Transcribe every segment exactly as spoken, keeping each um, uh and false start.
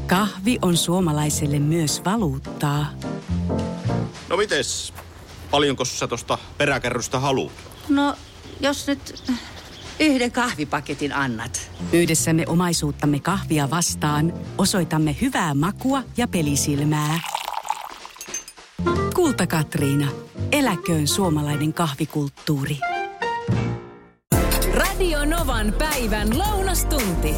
Kahvi on suomalaiselle myös valuuttaa. No mites? Paljonko sä tosta peräkärrystä haluat? No, jos nyt yhden kahvipaketin annat. Yhdessä me omaisuuttamme kahvia vastaan osoitamme hyvää makua ja pelisilmää. Kulta Katriina. Eläköön suomalainen kahvikulttuuri. Radio Novan päivän lounastunti.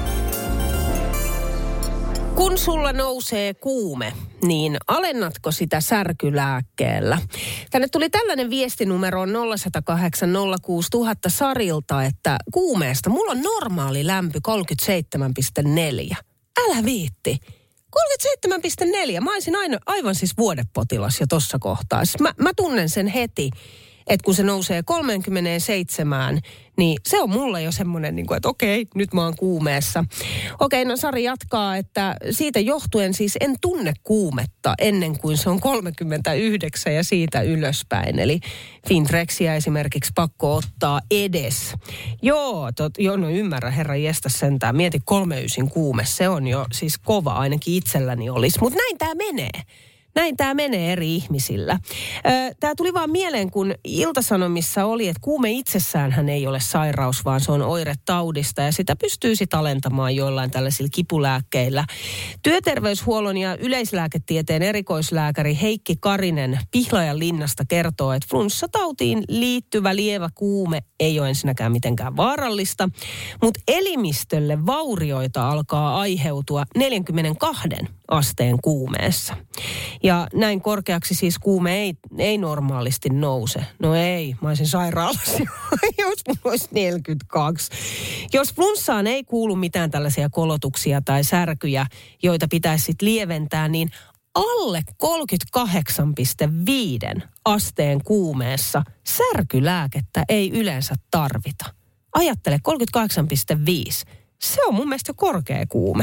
Kun sulla nousee kuume, niin alennatko sitä särkylääkkeellä? Tänne tuli tällainen viestinumero nolla yksi nolla kahdeksan nolla kuusi nolla nolla nolla Sarilta, että kuumeesta mulla on normaali lämpö kolmekymmentäseitsemän pilkku neljä. Älä viitti. kolmekymmentäseitsemän pilkku neljä. Mä olisin aina, aivan siis vuodepotilas jo tossa kohtaa. Siis mä, mä tunnen sen heti, että kun se nousee kolmekymmentäseitsemän, niin se on mulle jo semmoinen, niin kuin, että okei, nyt mä oon kuumeessa. Okei, no Sari jatkaa, että siitä johtuen siis en tunne kuumetta ennen kuin se on kolmekymmentäyhdeksän ja siitä ylöspäin. Eli Fintrexia esimerkiksi pakko ottaa edes. Joo, tot, joo no ymmärrä, herra jästä sentään. Mieti kolmeysin kuume, se on jo siis kova, ainakin itselläni olisi. Mutta näin tää menee. Näin tämä menee eri ihmisillä. Tämä tuli vaan mieleen, kun Ilta-Sanomissa oli, että kuume itsessäänhän ei ole sairaus, vaan se on oire taudista ja sitä pystyy sitten alentamaan joillain tällaisilla kipulääkkeillä. Työterveyshuollon ja yleislääketieteen erikoislääkäri Heikki Karinen Pihlajan linnasta kertoo, että flunssatautiin liittyvä lievä kuume ei ole ensinnäkään mitenkään vaarallista, mutta elimistölle vaurioita alkaa aiheutua neljäkymmentäkaksi asteen kuumeessa. Ja näin korkeaksi siis kuume ei, ei normaalisti nouse. No ei, mä olisin sairaalassa, jos mulla olisi neljäkymmentäkaksi. Jos flunssaan ei kuulu mitään tällaisia kolotuksia tai särkyjä, joita pitäisi sitten lieventää, niin alle kolmekymmentäkahdeksan pilkku viisi asteen kuumeessa särkylääkettä ei yleensä tarvita. Ajattele, kolmekymmentäkahdeksan pilkku viisi. Se on mun mielestä jo korkea kuume.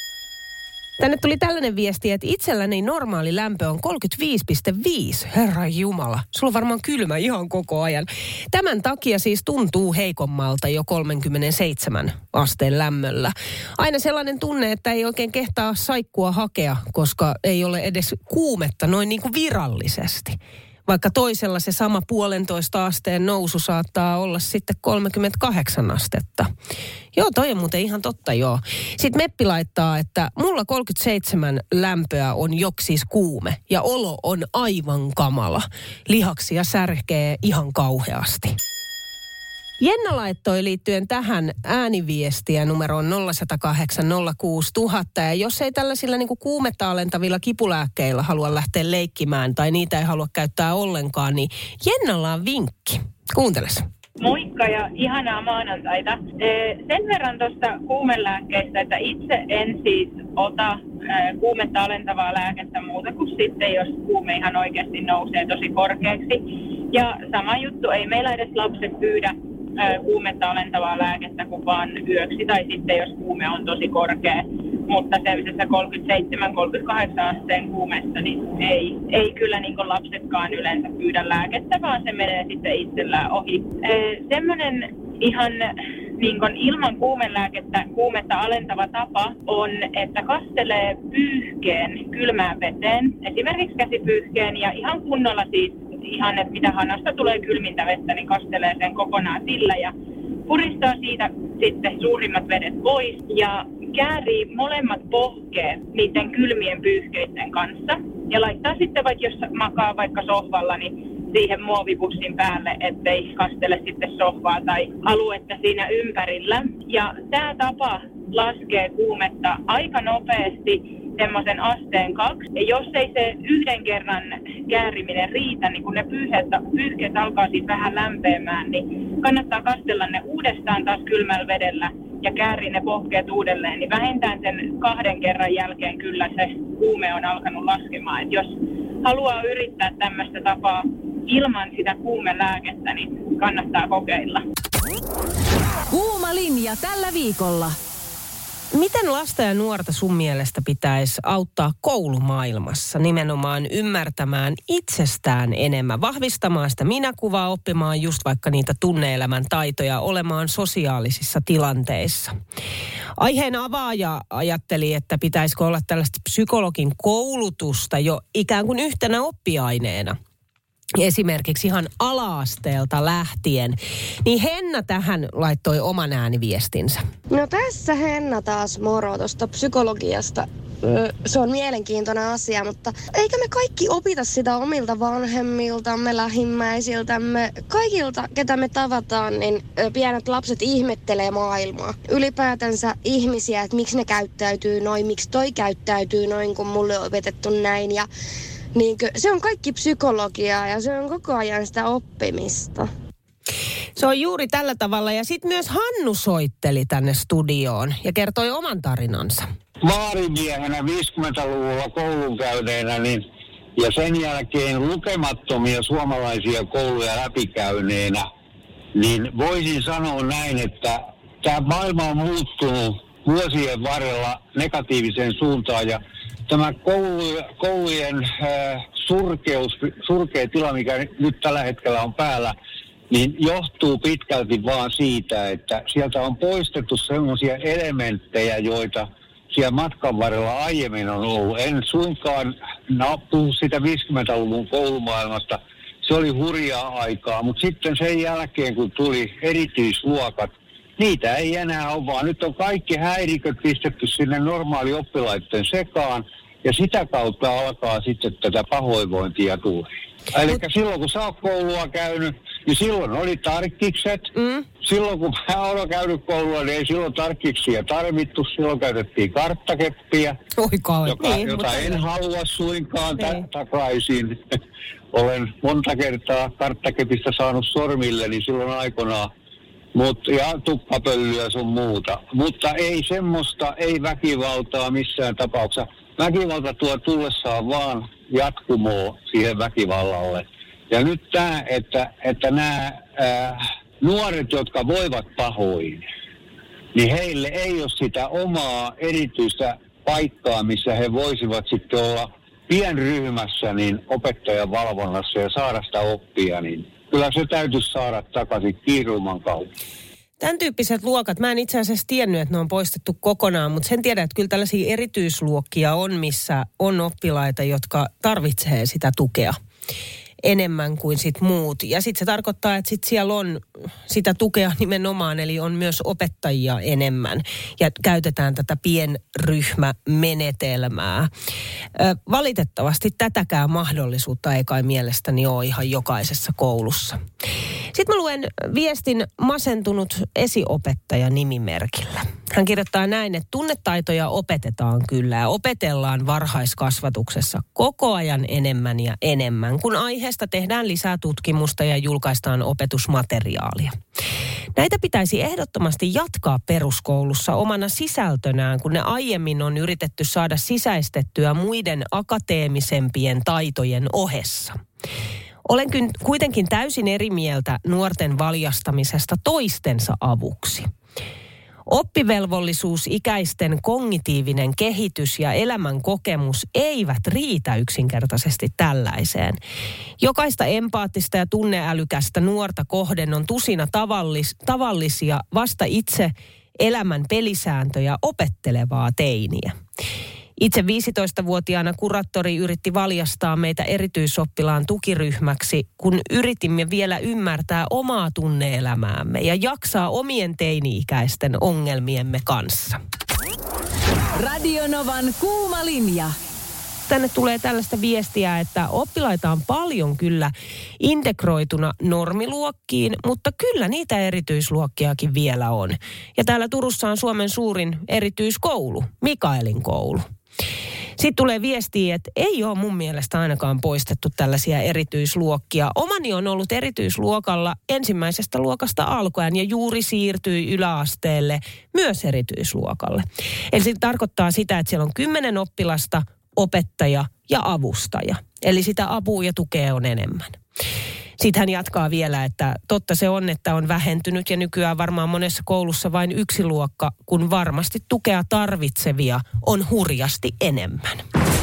Tänne tuli tällainen viesti, että itselläni normaali lämpö on kolmekymmentäviisi pilkku viisi. Herra Jumala, sulla on varmaan kylmä ihan koko ajan. Tämän takia siis tuntuu heikommalta jo kolmekymmentäseitsemän asteen lämmöllä. Aina sellainen tunne, että ei oikein kehtaa saikkua hakea, koska ei ole edes kuumetta noin niin kuin virallisesti. Vaikka toisella se sama puolentoista asteen nousu saattaa olla sitten kolmekymmentäkahdeksan astetta. Joo, toi on muuten ihan totta, joo. Sitten Meppi laittaa, että mulla kolmekymmentäseitsemän lämpöä on joksis kuume ja olo on aivan kamala. Lihaksia särkee ihan kauheasti. Jenna laittoi liittyen tähän ääniviestiä numeroon nolla yksi nolla kahdeksan nolla kuusi nolla nolla nolla. Ja jos ei tällaisilla niin kuin kuumetta alentavilla kipulääkkeillä halua lähteä leikkimään tai niitä ei halua käyttää ollenkaan, niin Jennalla on vinkki. Kuunteles. Moikka ja ihanaa maanantaita. Sen verran tuosta kuumelääkkeestä, että itse en siis ota kuumetta alentavaa lääkettä muuta kuin sitten, jos kuume ihan oikeasti nousee tosi korkeaksi. Ja sama juttu, ei meillä edes lapset pyydä kuumetta alentavaa lääkettä kuin vaan yöksi tai sitten jos kuume on tosi korkea. Mutta sellaisessa kolmekymmentäseitsemän kolmekymmentäkahdeksan asteen kuumessa niin ei, ei kyllä niin kuin lapsetkaan yleensä pyydä lääkettä, vaan se menee sitten itsellään ohi. Semmoinen ihan niin kuin ilman kuumelääkettä kuumetta alentava tapa on, että kastelee pyyhkeen kylmään veteen, esimerkiksi käsipyyhkeen ja ihan kunnolla siis ihan, että mitä hanasta tulee kylmintä vettä, niin kastelee sen kokonaan sillä ja puristaa siitä sitten suurimmat vedet pois ja käärii molemmat pohkeet niiden kylmien pyyhkeiden kanssa. Ja laittaa sitten vaikka, jos makaa vaikka sohvalla, niin siihen muovipussin päälle, ettei kastele sitten sohvaa tai aluetta siinä ympärillä. Ja tämä tapa laskee kuumetta aika nopeasti semmoisen asteen kaksi. Ja jos ei se yhden kerran kääriminen riitä, niin kun ne pyyhkeet, pyyhkeet alkaa siis vähän lämpeämään, niin kannattaa kastella ne uudestaan taas kylmällä vedellä ja kääri ne pohkeet uudelleen, niin vähintään sen kahden kerran jälkeen kyllä se kuume on alkanut laskemaan. Et jos haluaa yrittää tämmöistä tapaa ilman sitä kuumelääkettä, niin kannattaa kokeilla. Kuuma linja tällä viikolla. Miten lasta ja nuorta sun mielestä pitäisi auttaa koulumaailmassa nimenomaan ymmärtämään itsestään enemmän, vahvistamaan sitä minäkuvaa, oppimaan just vaikka niitä tunne-elämän taitoja, olemaan sosiaalisissa tilanteissa? Aiheen avaaja ajatteli, että pitäisikö olla tällaista psykologin koulutusta jo ikään kuin yhtenä oppiaineena. Esimerkiksi ihan ala-asteelta lähtien. Niin Henna tähän laittoi oman ääniviestinsä. No tässä Henna taas moro tuosta psykologiasta. Se on mielenkiintoinen asia, mutta eikä me kaikki opita sitä omilta vanhemmiltamme, lähimmäisiltämme. Kaikilta, ketä me tavataan, niin pienet lapset ihmettelee maailmaa. Ylipäätänsä ihmisiä, että miksi ne käyttäytyy noin, miksi toi käyttäytyy noin, kun mulle on opetettu näin. Ja niinkö, se on kaikki psykologiaa ja se on koko ajan sitä oppimista. Se on juuri tällä tavalla. Ja sitten myös Hannu soitteli tänne studioon ja kertoi oman tarinansa. Vaarimiehenä viisikymmentäluvulla koulun käyneenä niin, ja sen jälkeen lukemattomia suomalaisia kouluja läpikäyneenä, niin voisin sanoa näin, että tämä maailma on muuttunut vuosien varrella negatiiviseen suuntaan ja tämä koulu, koulujen äh, surkeus, surkea tila, mikä nyt tällä hetkellä on päällä, niin johtuu pitkälti vaan siitä, että sieltä on poistettu sellaisia elementtejä, joita siellä matkan varrella aiemmin on ollut. En suinkaan puhu sitä viisikymmentäluvun koulumaailmasta. Se oli hurjaa aikaa, mutta sitten sen jälkeen, kun tuli erityisluokat, niitä ei enää ole, vaan nyt on kaikki häiriköt pistetty sinne normaali oppilaiden sekaan, ja sitä kautta alkaa sitten tätä pahoinvointia tulla. Eli silloin, kun sä oot koulua käynyt, niin silloin oli tarkkikset. Mm. Silloin, kun mä olen käynyt koulua, niin ei silloin tarkkiksia tarvittu. Silloin käytettiin karttakeppiä, Oikaan, joka, niin, jota en halua suinkaan ta- takaisin. Olen monta kertaa karttakepistä saanut sormilleni silloin aikanaan. Mut, ja tukkapöllyä sun muuta. Mutta ei semmoista, ei väkivaltaa missään tapauksessa. Väkivalta tuo tullessaan vaan jatkumoa siihen väkivallalle. Ja nyt tämä, että, että nämä ää, nuoret, jotka voivat pahoin, niin heille ei ole sitä omaa erityistä paikkaa, missä he voisivat sitten olla pienryhmässä niin opettajan valvonnassa ja saada sitä oppia, niin kyllä se täytyisi saada takaisin kiiruuman kautta. Tämän tyyppiset luokat, mä en itse asiassa tiennyt, että ne on poistettu kokonaan, mutta sen tiedän, että kyllä tällaisia erityisluokkia on, missä on oppilaita, jotka tarvitsee sitä tukea enemmän kuin sit muut. Ja sitten se tarkoittaa, että sit siellä on sitä tukea nimenomaan, eli on myös opettajia enemmän. Ja käytetään tätä pienryhmämenetelmää. Ö, valitettavasti tätäkään mahdollisuutta ei kai mielestäni ole ihan jokaisessa koulussa. Sitten mä luen viestin masentunut esiopettaja nimimerkillä. Hän kirjoittaa näin, että tunnetaitoja opetetaan kyllä ja opetellaan varhaiskasvatuksessa koko ajan enemmän ja enemmän, kun aiheesta tehdään lisää tutkimusta ja julkaistaan opetusmateriaalia. Näitä pitäisi ehdottomasti jatkaa peruskoulussa omana sisältönään, kun ne aiemmin on yritetty saada sisäistettyä muiden akateemisempien taitojen ohessa. Olen kuitenkin täysin eri mieltä nuorten valjastamisesta toistensa avuksi. Oppivelvollisuusikäisten kognitiivinen kehitys ja elämän kokemus eivät riitä yksinkertaisesti tällaiseen. Jokaista empaattista ja tunneälykästä nuorta kohden on tusina tavallis, tavallisia vasta itse elämän pelisääntöjä opettelevaa teiniä. Itse viisitoistavuotiaana kuraattori yritti valjastaa meitä erityisoppilaan tukiryhmäksi, kun yritimme vielä ymmärtää omaa tunne-elämäämme ja jaksaa omien teini-ikäisten ongelmiemme kanssa. Radio Novan kuuma linja. Tänne tulee tällaista viestiä, että oppilaita on paljon kyllä integroituna normiluokkiin, mutta kyllä niitä erityisluokkiakin vielä on. Ja täällä Turussa on Suomen suurin erityiskoulu, Mikaelin koulu. Sitten tulee viestiä, että ei ole mun mielestä ainakaan poistettu tällaisia erityisluokkia. Omani on ollut erityisluokalla ensimmäisestä luokasta alkaen ja juuri siirtyi yläasteelle myös erityisluokalle. Eli se tarkoittaa sitä, että siellä on kymmenen oppilasta, opettaja ja avustaja. Eli sitä apua ja tukea on enemmän. Sitten hän jatkaa vielä, että totta se on, että on vähentynyt ja nykyään varmaan monessa koulussa vain yksi luokka, kun varmasti tukea tarvitsevia on hurjasti enemmän.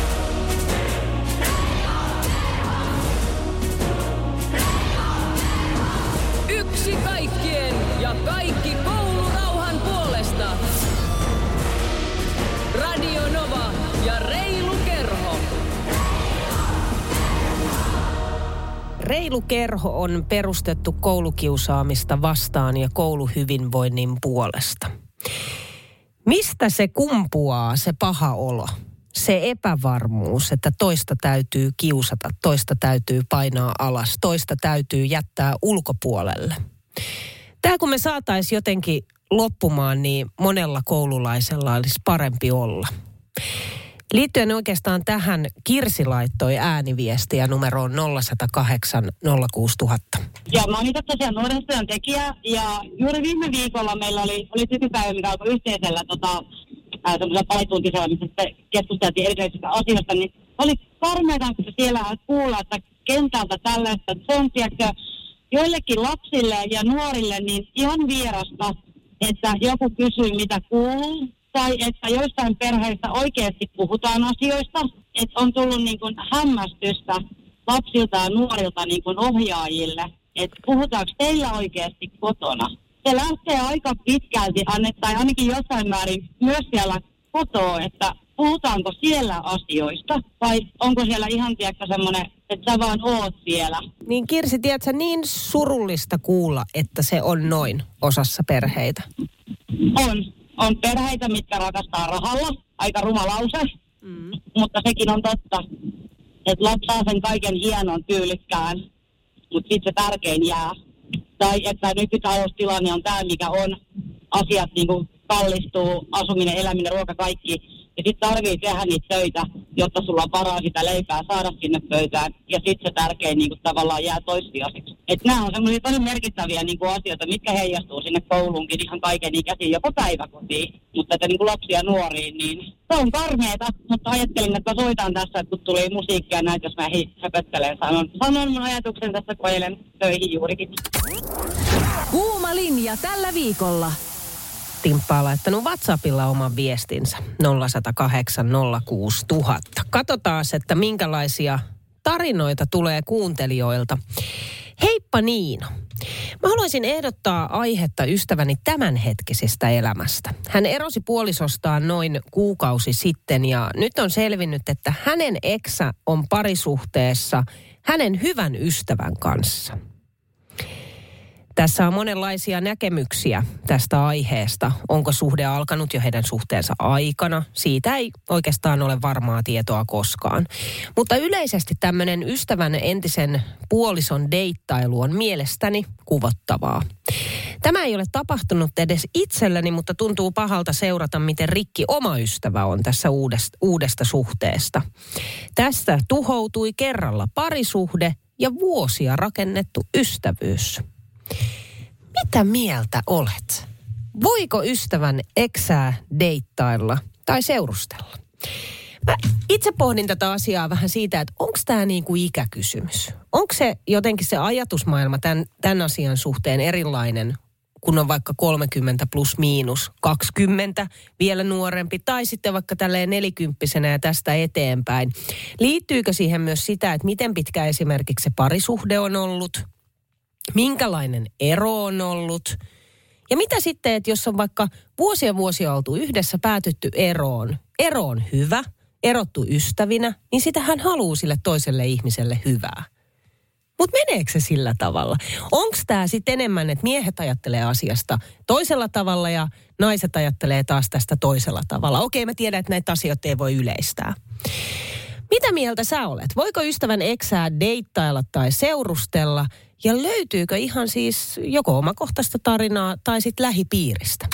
Yksi kaikkien ja kaikki koulurauhan puolesta. Radio Nova ja Reilu Kerho. Reilu Kerho on perustettu koulukiusaamista vastaan ja kouluhyvinvoinnin puolesta. Mistä se kumpuaa, se paha olo? Se epävarmuus, että toista täytyy kiusata, toista täytyy painaa alas, toista täytyy jättää ulkopuolelle. Tämä kun me saataisiin jotenkin loppumaan, niin monella koululaisella olisi parempi olla. Liittyen oikeastaan tähän Kirsi laittoi ääniviestiä numeroon nolla yksi nolla kahdeksan nolla kuusi nolla nolla nolla. Ja mä oon itse tosiaan nuorisotyön tekijä ja juuri viime viikolla meillä oli, oli tykypäivä, mikä alkoi yhteisellä tota, semmoisella parituntisella, missä sitten keskusteltiin erilaisista asioista, niin oli karmeita siellä kuulla, että kentältä tällaista, että se on tiedätkö, joillekin lapsille ja nuorille niin ihan vierasta, että joku kysyy mitä kuuluu, tai että joissain perheissä oikeasti puhutaan asioista, että on tullut niin kuin hämmästystä lapsilta ja nuorilta niin kuin ohjaajille, että puhutaanko teillä oikeasti kotona. Se lähtee aika pitkälti, tai ainakin jossain määrin myös siellä kotoa, että puhutaanko siellä asioista, vai onko siellä ihan tiedätkö semmoinen, että sä vaan oot siellä. Niin Kirsi, tiedätkö, niin surullista kuulla, että se on noin osassa perheitä? On. On perheitä, mitkä rakastaa rahalla. Aika ruma lause, mm. mutta sekin on totta, että lapsi saa sen kaiken hienon tyylikkään, mutta sitten se tärkein jää. Tai että nykytaloustilanne on tämä, mikä on. Asiat niin kuin kallistuu, asuminen, eläminen, ruoka, kaikki. Ja sitten tarvii tehdä niitä töitä, jotta sulla on varaa sitä leipää saada sinne pöytään. Ja sitten se tärkein niin kuin tavallaan jää toissijaisiksi. Että nämä on semmoisia tosi merkittäviä niin kuin asioita, mitkä heijastuu sinne kouluunkin ihan kaiken ikäisiin, joko päiväkotiin. Mutta että niin kuin lapsia nuoriin, niin se on karmeeta. Mutta ajattelin, että soitan tässä, että kun tuli musiikkia näitä, jos mä höpöttelen. Sanon, sanon mun ajatuksen tässä, kun eilen töihin juurikin. Kuuma linja tällä viikolla. Timppa on laittanut WhatsAppilla oman viestinsä nolla yksi nolla kahdeksan nolla kuusi nolla nolla nolla. Katsotaan, että minkälaisia tarinoita tulee kuuntelijoilta. Heippa Niino. Mä haluaisin ehdottaa aihetta ystäväni tämänhetkisestä elämästä. Hän erosi puolisostaan noin kuukausi sitten ja nyt on selvinnyt, että hänen eksä on parisuhteessa hänen hyvän ystävän kanssa. Tässä on monenlaisia näkemyksiä tästä aiheesta. Onko suhde alkanut jo heidän suhteensa aikana? Siitä ei oikeastaan ole varmaa tietoa koskaan. Mutta yleisesti tämmöinen ystävän entisen puolison deittailu on mielestäni kuvottavaa. Tämä ei ole tapahtunut edes itselleni, mutta tuntuu pahalta seurata, miten rikki oma ystävä on tässä uudesta, uudesta suhteesta. Tästä tuhoutui kerralla parisuhde ja vuosia rakennettu ystävyys. Mitä mieltä olet? Voiko ystävän eksää deittailla tai seurustella? Mä itse pohdin tätä asiaa vähän siitä, että onko tämä niinku ikäkysymys? Onko se jotenkin se ajatusmaailma tämän, tämän asian suhteen erilainen, kun on vaikka kolmekymmentä plus miinus kaksikymmentä, vielä nuorempi, tai sitten vaikka tälleen nelikymppisenä ja tästä eteenpäin. Liittyykö siihen myös sitä, että miten pitkä esimerkiksi se parisuhde on ollut? Minkälainen ero on ollut? Ja mitä sitten, että jos on vaikka vuosia vuosia oltu yhdessä, päätytty eroon, ero on hyvä, erottu ystävinä, niin sitä hän haluaa sille toiselle ihmiselle hyvää. Mutta meneekö se sillä tavalla? Onko tämä sitten enemmän, että miehet ajattelee asiasta toisella tavalla ja naiset ajattelee taas tästä toisella tavalla? Okei, mä tiedän, että näitä asioita ei voi yleistää. Mitä mieltä sä olet? Voiko ystävän eksää deittailla tai seurustella? Ja löytyykö ihan siis joko omakohtaista tarinaa tai sitten lähipiiristä?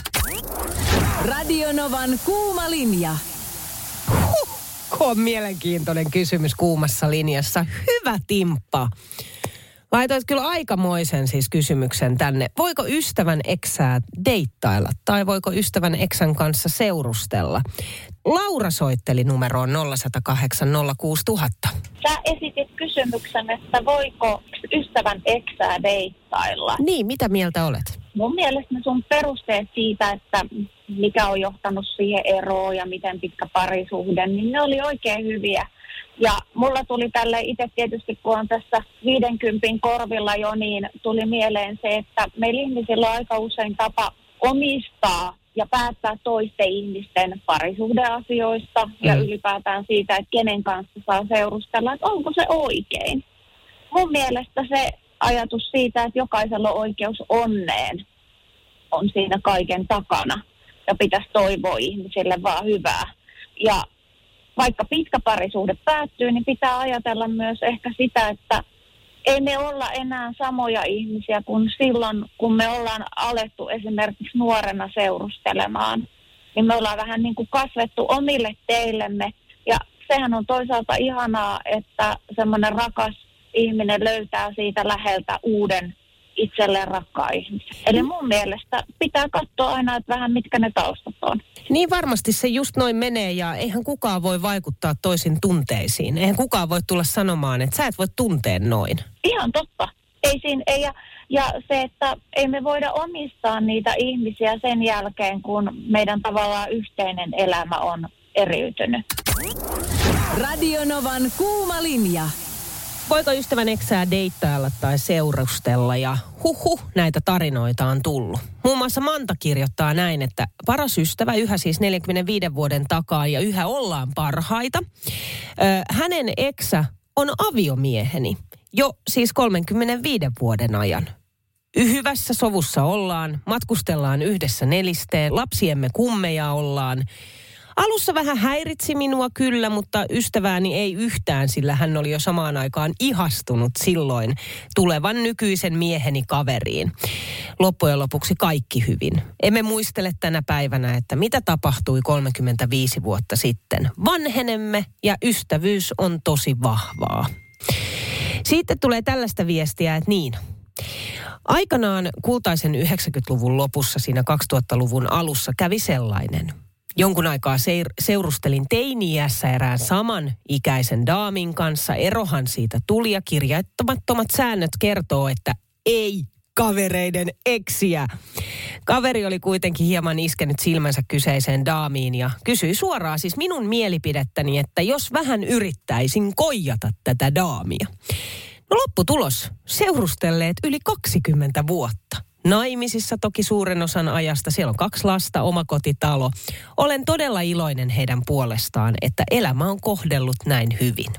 Radio Novan kuuma linja. Huh, on mielenkiintoinen kysymys kuumassa linjassa. Hyvä Timppa. Laitoit kyllä aikamoisen siis kysymyksen tänne. Voiko ystävän eksää deittailla tai voiko ystävän eksän kanssa seurustella? Laura soitteli numeroon nolla yksi nolla kahdeksan nolla kuusi nolla nolla nolla. Sä esitit kysymyksen, että voiko ystävän eksää deittailla. Niin, mitä mieltä olet? Mun mielestä ne sun perusteet siitä, että mikä on johtanut siihen eroon ja miten pitkä parisuhde, niin ne oli oikein hyviä. Ja mulla tuli tälle itse tietysti, kun on tässä viidenkympin korvilla jo, niin tuli mieleen se, että meillä ihmisillä on aika usein tapa omistaa ja päättää toisten ihmisten parisuhdeasioista mm. ja ylipäätään siitä, että kenen kanssa saa seurustella, että onko se oikein. Mun mielestä se ajatus siitä, että jokaisella on oikeus onneen, on siinä kaiken takana ja pitäisi toivoa ihmisille vaan hyvää. Ja vaikka pitkä parisuhde päättyy, niin pitää ajatella myös ehkä sitä, että ei me olla enää samoja ihmisiä kuin silloin, kun me ollaan alettu esimerkiksi nuorena seurustelemaan. Niin me ollaan vähän niin kuin kasvettu omille teillemme. Ja sehän on toisaalta ihanaa, että semmoinen rakas ihminen löytää siitä läheltä uuden itselleen rakkaan ihmisen. Eli mun mielestä pitää katsoa aina, että vähän mitkä ne taustat on. Niin varmasti se just noin menee ja eihän kukaan voi vaikuttaa toisin tunteisiin. Eihän kukaan voi tulla sanomaan, että sä et voi tuntea noin. Ihan totta. Ei siinä, ei, ja, ja se, että ei me voida omistaa niitä ihmisiä sen jälkeen, kun meidän tavallaan yhteinen elämä on eriytynyt. Radio Novan kuuma linja. Voiko ystävän eksää deittailla tai seurustella ja huhu, näitä tarinoita on tullut. Muun muassa Manta kirjoittaa näin, että paras ystävä yhä siis neljänkymmenenviiden vuoden takaa ja yhä ollaan parhaita. Ö, hänen eksä on aviomieheni jo siis kolmenkymmenenviiden vuoden ajan. Hyvässä sovussa ollaan, matkustellaan yhdessä nelisteen, lapsiemme kummeja ollaan. Alussa vähän häiritsi minua kyllä, mutta ystävääni ei yhtään, sillä hän oli jo samaan aikaan ihastunut silloin tulevan nykyisen mieheni kaveriin. Loppujen lopuksi kaikki hyvin. Emme muistele tänä päivänä, että mitä tapahtui kolmekymmentäviisi vuotta sitten. Vanhenemme ja ystävyys on tosi vahvaa. Sitten tulee tällaista viestiä, että niin. Aikanaan kultaisen yhdeksänkymmentäluvun lopussa, siinä kaksituhattaluvun alussa kävi sellainen. Jonkun aikaa seir- seurustelin teini-iässä erään saman ikäisen daamin kanssa. Erohan siitä tuli ja kirjattomattomat säännöt kertoo, että ei kavereiden eksiä. Kaveri oli kuitenkin hieman iskenyt silmänsä kyseiseen daamiin ja kysyi suoraan siis minun mielipidettäni, että jos vähän yrittäisin koijata tätä daamia. No lopputulos, seurustelleet yli kaksikymmentä vuotta. Naimisissa toki suuren osan ajasta, siellä on kaksi lasta, omakotitalo. Olen todella iloinen heidän puolestaan, että elämä on kohdellut näin hyvin.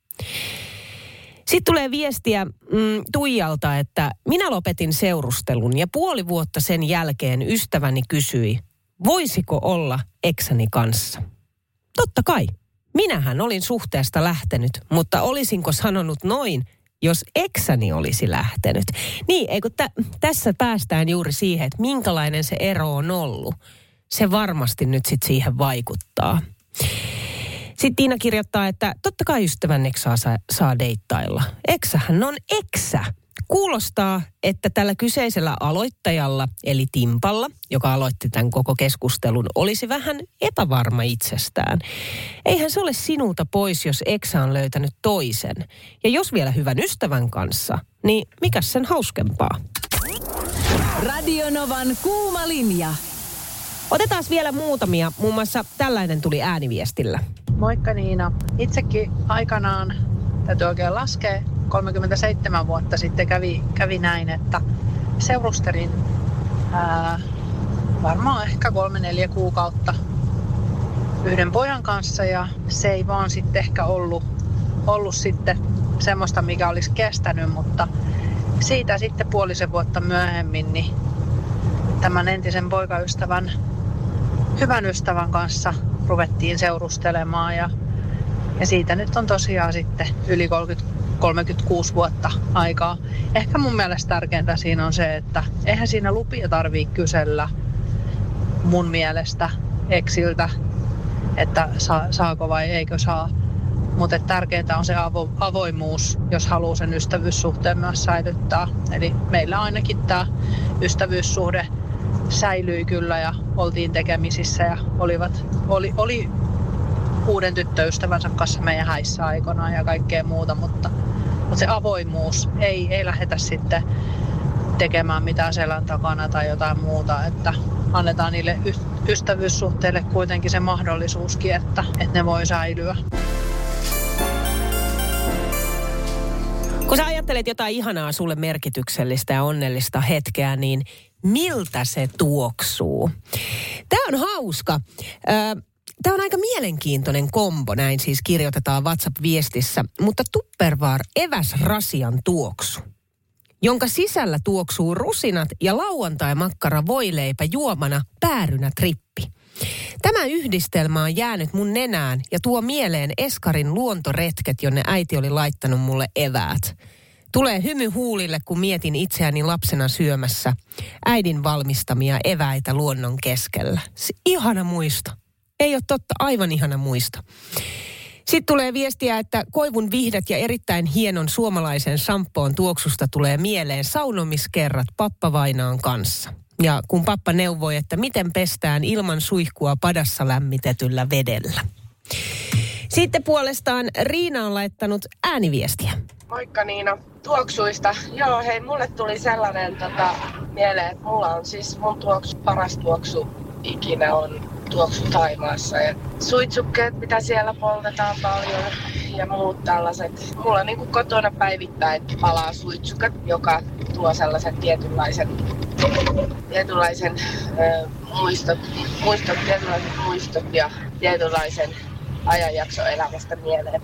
Sitten tulee viestiä mm, Tuijalta, että minä lopetin seurustelun ja puoli vuotta sen jälkeen ystäväni kysyi, voisiko olla eksäni kanssa. Totta kai, minähän olin suhteesta lähtenyt, mutta olisinko sanonut noin, jos eksäni olisi lähtenyt. Niin, eikö tä- tässä päästään juuri siihen, että minkälainen se ero on ollut. Se varmasti nyt sitten siihen vaikuttaa. Sitten Tiina kirjoittaa, että totta kai ystävän eksää saa, saa deittailla. Eksähän on eksä. Kuulostaa, että tällä kyseisellä aloittajalla, eli Timpalla, joka aloitti tämän koko keskustelun, olisi vähän epävarma itsestään. Eihän se ole sinulta pois, jos eksä on löytänyt toisen. Ja jos vielä hyvän ystävän kanssa, niin mikäs sen hauskempaa? Radio Novan kuuma linja. Otetaan vielä muutamia. Muun muassa tällainen tuli ääniviestillä. Moikka Niina. Itsekin aikanaan, täytyy oikein laskea, kolmekymmentäseitsemän vuotta sitten kävi, kävi näin, että seurustelin ää, varmaan ehkä kolme neljä kuukautta yhden pojan kanssa ja se ei vaan sitten ehkä ollut, ollut sitten semmoista, mikä olisi kestänyt, mutta siitä sitten puolisen vuotta myöhemmin niin tämän entisen poikaystävän, hyvän ystävän kanssa ruvettiin seurustelemaan ja, ja siitä nyt on tosiaan sitten yli kolmekymmentä kolmekymmentäkuusi vuotta aikaa. Ehkä mun mielestä tärkeintä siinä on se, että eihän siinä lupia tarvitse kysellä mun mielestä eksiltä, että saa, saako vai eikö saa. Mutta tärkeintä on se avo, avoimuus, jos haluaa sen ystävyyssuhteen myös säilyttää. Eli meillä ainakin tämä ystävyyssuhde säilyi kyllä ja oltiin tekemisissä ja olivat, oli, oli uuden tyttöystävänsä kanssa meidän häissä aikoinaan ja kaikkea muuta, mutta, mutta se avoimuus ei, ei lähdetä sitten tekemään mitään selän takana tai jotain muuta, että annetaan niille ystävyyssuhteille kuitenkin se mahdollisuuskin, että, että ne voi säilyä. Kun sä ajattelet jotain ihanaa sulle merkityksellistä ja onnellista hetkeä, niin miltä se tuoksuu? Tämä on hauska. Tämä on aika mielenkiintoinen kombo, näin siis kirjoitetaan WhatsApp-viestissä, mutta Tupperware eväsrasian tuoksu, jonka sisällä tuoksuu rusinat ja lauantai-makkara voileipä juomana päärynä trippi. Tämä yhdistelmä on jäänyt mun nenään ja tuo mieleen Eskarin luontoretket, jonne äiti oli laittanut mulle eväät. Tulee hymy huulille, kun mietin itseäni lapsena syömässä äidin valmistamia eväitä luonnon keskellä. Se ihana muisto. Ei ole totta, aivan ihana muisto. Sitten tulee viestiä, että koivun vihdat ja erittäin hienon suomalaisen shampoon tuoksusta tulee mieleen saunomiskerrat pappavainaan kanssa. Ja kun pappa neuvoi, että miten pestään ilman suihkua padassa lämmitetyllä vedellä. Sitten puolestaan Riina on laittanut ääniviestiä. Moikka Niina, tuoksuista. Joo, hei, mulle tuli sellainen tota, mieleen, että mulla on siis mun tuoksu, paras tuoksu ikinä on tuoksu Thaimaassa. Ja suitsukkeet, mitä siellä poltetaan paljon ja muut tällaiset. Mulla on niin kuin kotona päivittäin palaa suitsukat, joka tuo sellaisen tietynlaisen, tietynlaisen ö, muistot, muistot, tietynlaiset muistot ja tietynlaisen ajanjakso elämästä mieleen.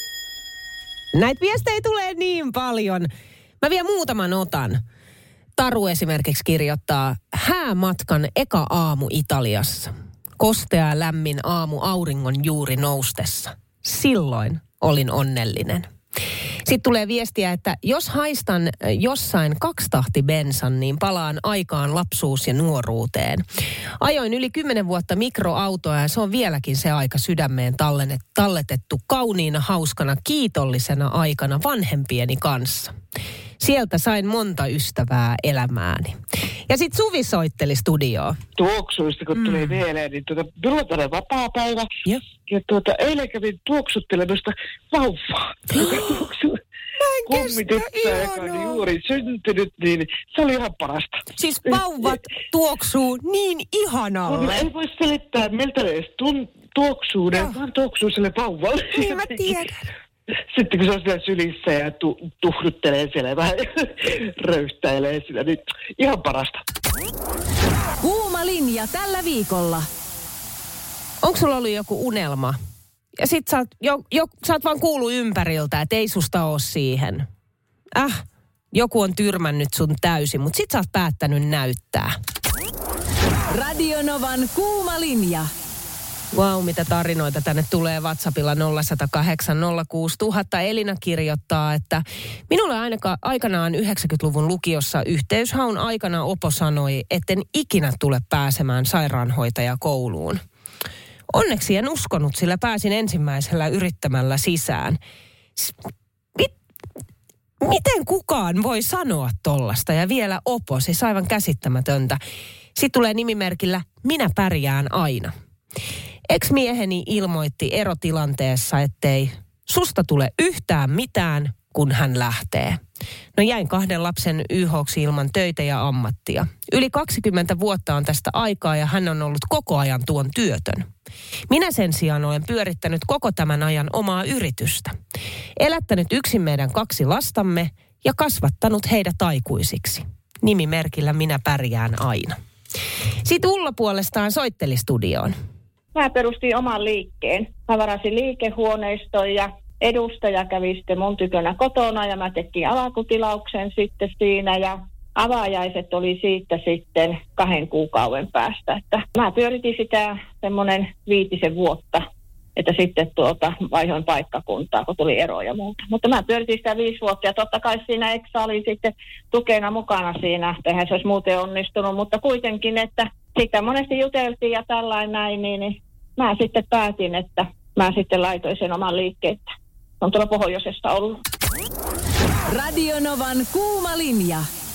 Näitä viestejä tulee niin paljon. Mä vielä muutaman otan. Taru esimerkiksi kirjoittaa häämatkan eka aamu Italiassa. Kostea ja lämmin aamu auringon juuri noustessa. Silloin olin onnellinen. Sitten tulee viestiä, että jos haistan jossain kaksitahti bensan, niin palaan aikaan lapsuus- ja nuoruuteen. Ajoin yli kymmenen vuotta mikroautoa ja se on vieläkin se aika sydämeen talletettu kauniina, hauskana, kiitollisena aikana vanhempieni kanssa. Sieltä sain monta ystävää elämääni. Ja sitten Suvi soitteli studioon. Tuoksuista, kun mm. tuli mieleen, niin tuota, minulla on vapaa-päivä. Ja, ja tuota, eilen kävin tuoksuttelemasta vauvaa. Kummitettä, joka on juuri syntynyt, niin se oli ihan parasta. Siis vauvat tuoksuu niin ihanalle. Kun ei voi selittää, miltä edes tun- tuoksuu, ne vaan tuoksuu sille vauvalle. Niin mä tiedän. Sitten kun se on siellä sylissä ja tu- tuhduttelee siellä vähän röyhtäilee siellä, niin ihan parasta. Kuuma linja tällä viikolla. Onko sulla ollut joku unelma? Ja sit sä oot, jo, jo, sä oot vaan kuullut ympäriltä, että ei susta oo siihen. Äh, joku on tyrmännyt sun täysin, mutta sit sä oot päättänyt näyttää. Radio Novan kuuma linja. Vau, wow, mitä tarinoita tänne tulee WhatsAppilla nolla yksi nolla kahdeksan nolla kuusi nolla nolla nolla. Elina kirjoittaa, että minulle ainakaan aikanaan yhdeksänkymmentäluvun lukiossa yhteyshaun aikana Opo sanoi, etten ikinä tule pääsemään sairaanhoitajakouluun. Onneksi en uskonut, sillä pääsin ensimmäisellä yrittämällä sisään. Mit, miten kukaan voi sanoa tollasta ja vielä Opo, siis aivan käsittämätöntä. Sitten tulee nimimerkillä Minä pärjään aina. Ex-mieheni ilmoitti erotilanteessa, ettei susta tule yhtään mitään, kun hän lähtee. No jäin kahden lapsen yhoksi ilman töitä ja ammattia. Yli kaksikymmentä vuotta on tästä aikaa ja hän on ollut koko ajan tuon työtön. Minä sen sijaan olen pyörittänyt koko tämän ajan omaa yritystä. Elättänyt yksin meidän kaksi lastamme ja kasvattanut heidät aikuisiksi. Nimimerkillä Minä pärjään aina. Sitten Ulla puolestaan soitteli studioon. Mä perustin oman liikkeen. Mä varasin liikehuoneiston ja edustaja kävi sitten mun tykönä kotona ja mä tekin alkutilauksen sitten siinä ja avajaiset oli siitä sitten kahden kuukauden päästä. Että mä pyöritin sitä semmoinen viitisen vuotta, että sitten tuota vaihoin paikkakuntaa, kun tuli ero ja muuta. Mutta mä pyöritin sitä viisi vuotta ja totta kai siinä Eksa oli sitten tukena mukana siinä, eihän se olisi muuten onnistunut, mutta kuitenkin, että sitä monesti juteltiin ja tällainen näin, niin, niin mä sitten päätin, että mä sitten laitoin sen oman liikkeen. On tuolla pohjoisesta ollut. Radio Novan kuuma linja.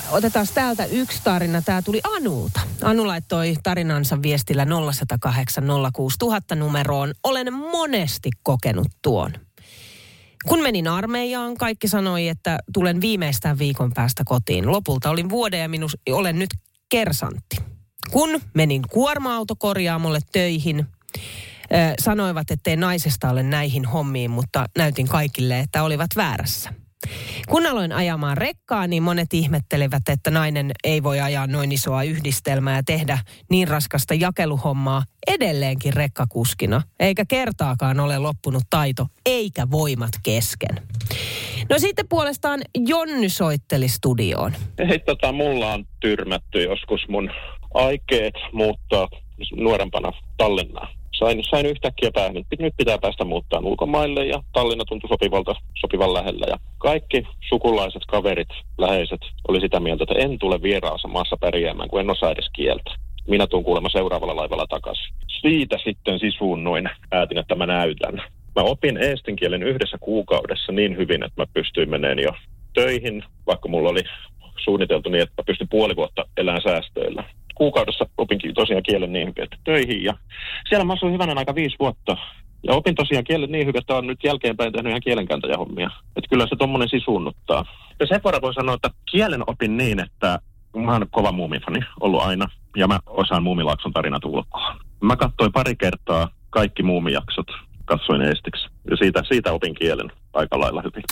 otetaan täältä yksi tarina. Tämä tuli Anulta. Anu laittoi tarinansa viestillä nolla yksi nolla kahdeksan nolla kuusi nolla nolla nolla numeroon. Olen monesti kokenut tuon. Kun menin armeijaan, kaikki sanoi, että tulen viimeistään viikon päästä kotiin. Lopulta olin vuoden ja minus, olen nyt kersantti. Kun menin kuorma-autokorjaamolle töihin, äh, sanoivat, ettei naisesta ole näihin hommiin, mutta näytin kaikille, että olivat väärässä. Kun aloin ajamaan rekkaa, niin monet ihmettelivät, että nainen ei voi ajaa noin isoa yhdistelmää ja tehdä niin raskasta jakeluhommaa edelleenkin rekkakuskina. Eikä kertaakaan ole loppunut taito, eikä voimat kesken. No sitten puolestaan Jonny soitteli studioon. Hei, tota, mulla on tyrmätty joskus mun aikeet muuttaa nuorempana Tallinnaan. Sain, sain yhtäkkiä päähän, että nyt pitää päästä muuttaa ulkomaille ja Tallinna tuntui sopivalta, sopivan lähellä. Ja kaikki sukulaiset, kaverit, läheiset oli sitä mieltä, että en tule vieraassa maassa pärjäämään, kun en osaa edes kieltä. Minä tuun kuulemma seuraavalla laivalla takaisin. Siitä sitten sisuunnuin, päätin, että mä näytän. Mä opin eestin kielen yhdessä kuukaudessa niin hyvin, että mä pystyin meneen jo töihin, vaikka mulla oli suunniteltu niin, että mä pystyn puoli vuotta elämään säästöillä. Kuukaudessa opinkin tosiaan kielen niin hyvin, että töihin ja siellä mä asuin hyvänä aika viisi vuotta. Ja opin tosiaan kielen niin hyvin, että olen nyt jälkeenpäin tehnyt ihan kielenkääntäjähommia. Että kyllä se tommonen sisuunnuttaa. Ja sen verran voi sanoa, että kielen opin niin, että mä oon kova muumifani ollut aina. Ja mä osaan Muumilaakson tarinat ulkoa. Mä katsoin pari kertaa kaikki muumijaksot. Katsoin eestiksi. Ja siitä, siitä opin kielen aika lailla hyvin.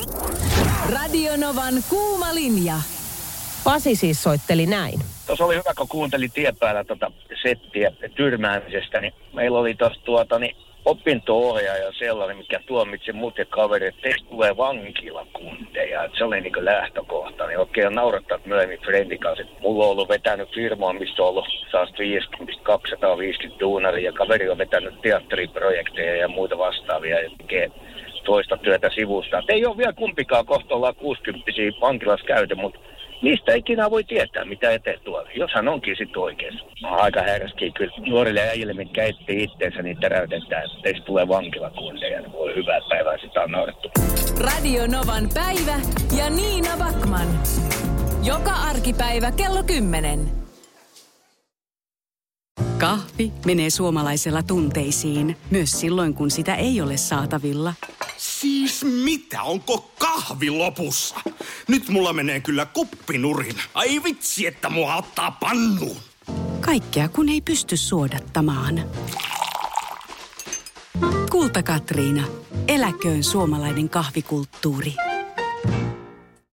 Radio Novan kuuma linja. Pasi siis soitteli näin. Tuossa oli hyvä, kun kuuntelin tien päällä tuota settiä tyrmäämisestä, niin meillä oli tuossa tuota, niin opinto-ohjaaja sellainen, mikä tuomitsi mut ja kaveri, että teistä tulee vankilakunteja. Että se oli niin kuin lähtökohta. Niin oikein naurattaa, että myöhemmin Frendin kanssa. Mulla on ollut vetänyt firmaa, mistä on ollut sata viisikymmentä kaksisataaviisikymmentä duunaria. Ja kaveri on vetänyt teatteriprojekteja ja muita vastaavia. Ja tekee toista työtä sivusta. Et ei ole vielä kumpikaan, kohta ollaan kuusikymppisiä vankilassa käyty, mutta mistä ikinä voi tietää, mitä eteen tuolla, jos hän onkin sitten oikeassa. Aika härskiä kyllä nuorille äijille, mitkä etsii itteensä, niin täräytetään, että teistä tulee vankilakundeja. Niin voi hyvää päivää, sitä on naurettu. Radio Novan päivä ja Niina Backman. Joka arkipäivä kello kymmenen. Kahvi menee suomalaisella tunteisiin, myös silloin kun sitä ei ole saatavilla. Siis mitä? Onko kahvi lopussa? Nyt mulla menee kyllä kuppinurin. Ai vitsi, että mua ottaa pannuun. Kaikkea kun ei pysty suodattamaan. Kulta Katriina. Eläköön suomalainen kahvikulttuuri.